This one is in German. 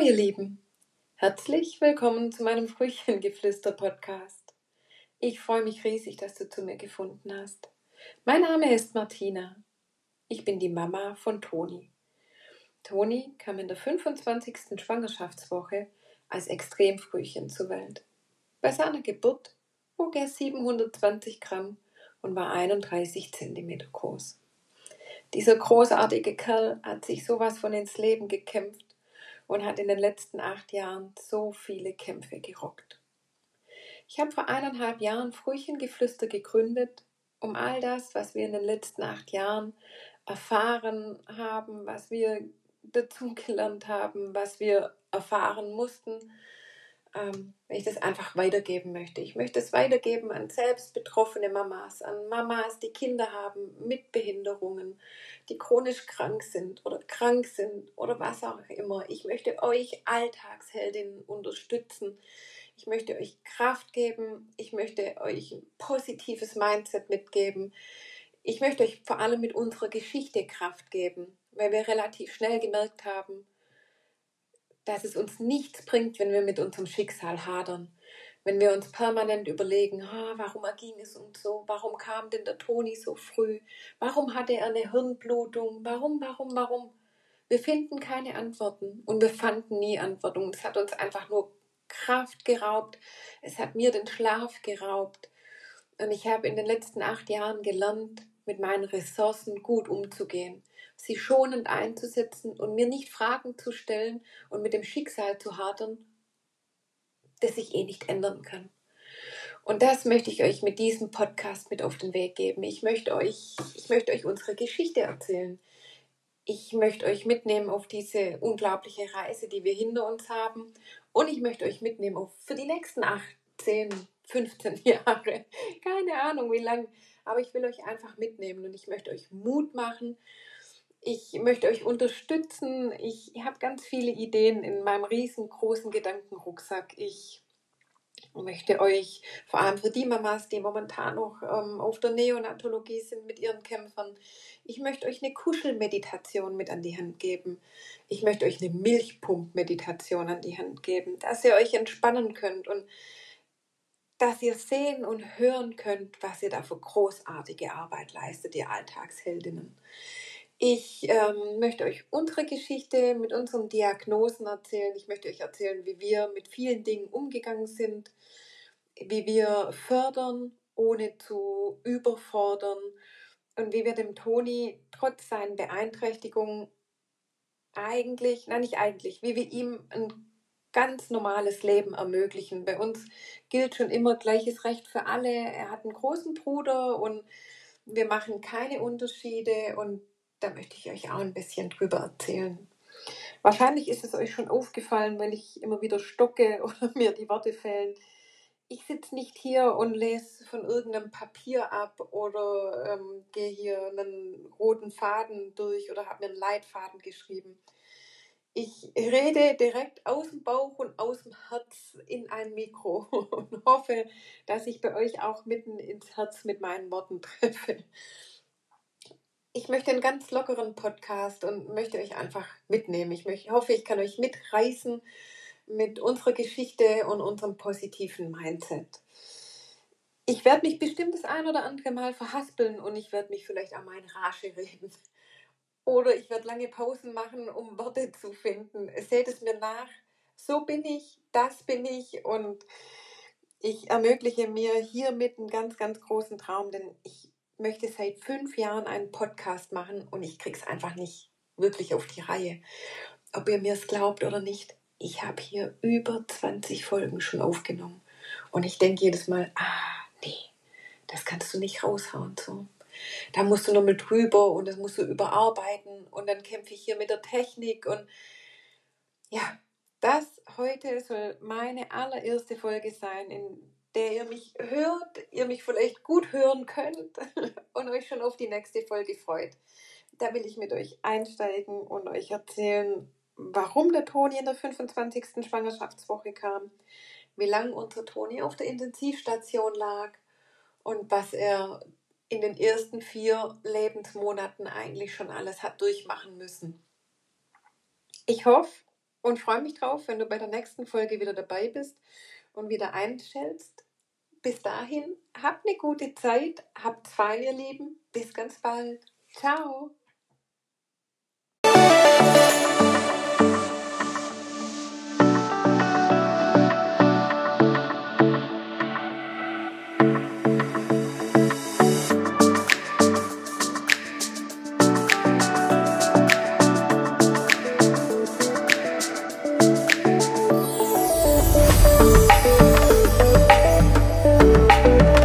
ihr Lieben, herzlich willkommen zu meinem Frühchengeflüster-Podcast. Ich freue mich riesig, dass du zu mir gefunden hast. Mein Name ist Martina. Ich bin die Mama von Toni. Toni kam in der 25. Schwangerschaftswoche als Extremfrühchen zur Welt. Bei seiner Geburt wog er 720 Gramm und war 31 Zentimeter groß. Dieser großartige Kerl hat sich sowas von ins Leben gekämpft und hat in den letzten 8 Jahren so viele Kämpfe gerockt. Ich habe vor 1,5 Jahren Frühchengeflüster gegründet, um all das, was wir in den letzten 8 Jahren erfahren haben, was wir dazugelernt haben, was wir erfahren mussten, wenn ich das einfach weitergeben möchte. Ich möchte es weitergeben an selbst betroffene Mamas, an Mamas, die Kinder haben mit Behinderungen, die chronisch krank sind oder was auch immer. Ich möchte euch Alltagsheldinnen unterstützen. Ich möchte euch Kraft geben. Ich möchte euch ein positives Mindset mitgeben. Ich möchte euch vor allem mit unserer Geschichte Kraft geben, weil wir relativ schnell gemerkt haben, dass es uns nichts bringt, wenn wir mit unserem Schicksal hadern. Wenn wir uns permanent überlegen, warum erging es uns so? Warum kam denn der Toni so früh? Warum hatte er eine Hirnblutung? Warum? Wir finden keine Antworten und wir fanden nie Antworten. Es hat uns einfach nur Kraft geraubt. Es hat mir den Schlaf geraubt. Und ich habe in den letzten 8 Jahren gelernt, mit meinen Ressourcen gut umzugehen, sie schonend einzusetzen und mir nicht Fragen zu stellen und mit dem Schicksal zu hadern, das ich nicht ändern kann. Und das möchte ich euch mit diesem Podcast mit auf den Weg geben. Ich möchte euch unsere Geschichte erzählen. Ich möchte euch mitnehmen auf diese unglaubliche Reise, die wir hinter uns haben. Und ich möchte euch mitnehmen für die nächsten 8, 10, 15 Jahre. Keine Ahnung wie lang. Aber ich will euch einfach mitnehmen und ich möchte euch Mut machen. Ich möchte euch unterstützen. Ich habe ganz viele Ideen in meinem riesengroßen Gedankenrucksack. Ich möchte euch, vor allem für die Mamas, die momentan noch auf der Neonatologie sind mit ihren Kämpfern, ich möchte euch eine Kuschelmeditation mit an die Hand geben. Ich möchte euch eine Milchpump-Meditation an die Hand geben, dass ihr euch entspannen könnt und dass ihr sehen und hören könnt, was ihr da für großartige Arbeit leistet, ihr Alltagsheldinnen. Ich möchte euch unsere Geschichte mit unseren Diagnosen erzählen. Ich möchte euch erzählen, wie wir mit vielen Dingen umgegangen sind, wie wir fördern, ohne zu überfordern und wie wir dem Toni trotz seinen Beeinträchtigungen wie wir ihm ein ganz normales Leben ermöglichen. Bei uns gilt schon immer gleiches Recht für alle. Er hat einen großen Bruder und wir machen keine Unterschiede und da möchte ich euch auch ein bisschen drüber erzählen. Wahrscheinlich ist es euch schon aufgefallen, weil ich immer wieder stocke oder mir die Worte fehlen. Ich sitze nicht hier und lese von irgendeinem Papier ab oder gehe hier einen roten Faden durch oder habe mir einen Leitfaden geschrieben. Ich rede direkt aus dem Bauch und aus dem Herz in ein Mikro und hoffe, dass ich bei euch auch mitten ins Herz mit meinen Worten treffe. Ich möchte einen ganz lockeren Podcast und möchte euch einfach mitnehmen. Ich hoffe, ich kann euch mitreißen mit unserer Geschichte und unserem positiven Mindset. Ich werde mich bestimmt das ein oder andere Mal verhaspeln und ich werde mich vielleicht auch mal in Rage reden. Oder ich werde lange Pausen machen, um Worte zu finden. Seht es mir nach. So bin ich, das bin ich und ich ermögliche mir hiermit einen ganz, ganz großen Traum, denn ich möchte seit 5 Jahren einen Podcast machen und ich kriege es einfach nicht wirklich auf die Reihe. Ob ihr mir es glaubt oder nicht, ich habe hier über 20 Folgen schon aufgenommen. Und ich denke jedes Mal, nee, das kannst du nicht raushauen. So. Da musst du nochmal drüber und das musst du überarbeiten und dann kämpfe ich hier mit der Technik und ja, das heute soll meine allererste Folge sein, in der ihr mich hört, ihr mich vielleicht gut hören könnt und euch schon auf die nächste Folge freut. Da will ich mit euch einsteigen und euch erzählen, warum der Toni in der 25. Schwangerschaftswoche kam, wie lange unser Toni auf der Intensivstation lag und was er in den ersten 4 Lebensmonaten eigentlich schon alles hat durchmachen müssen. Ich hoffe, und freue mich drauf, wenn du bei der nächsten Folge wieder dabei bist und wieder einstellst. Bis dahin, habt eine gute Zeit, habt's fein, ihr Lieben. Bis ganz bald. Ciao.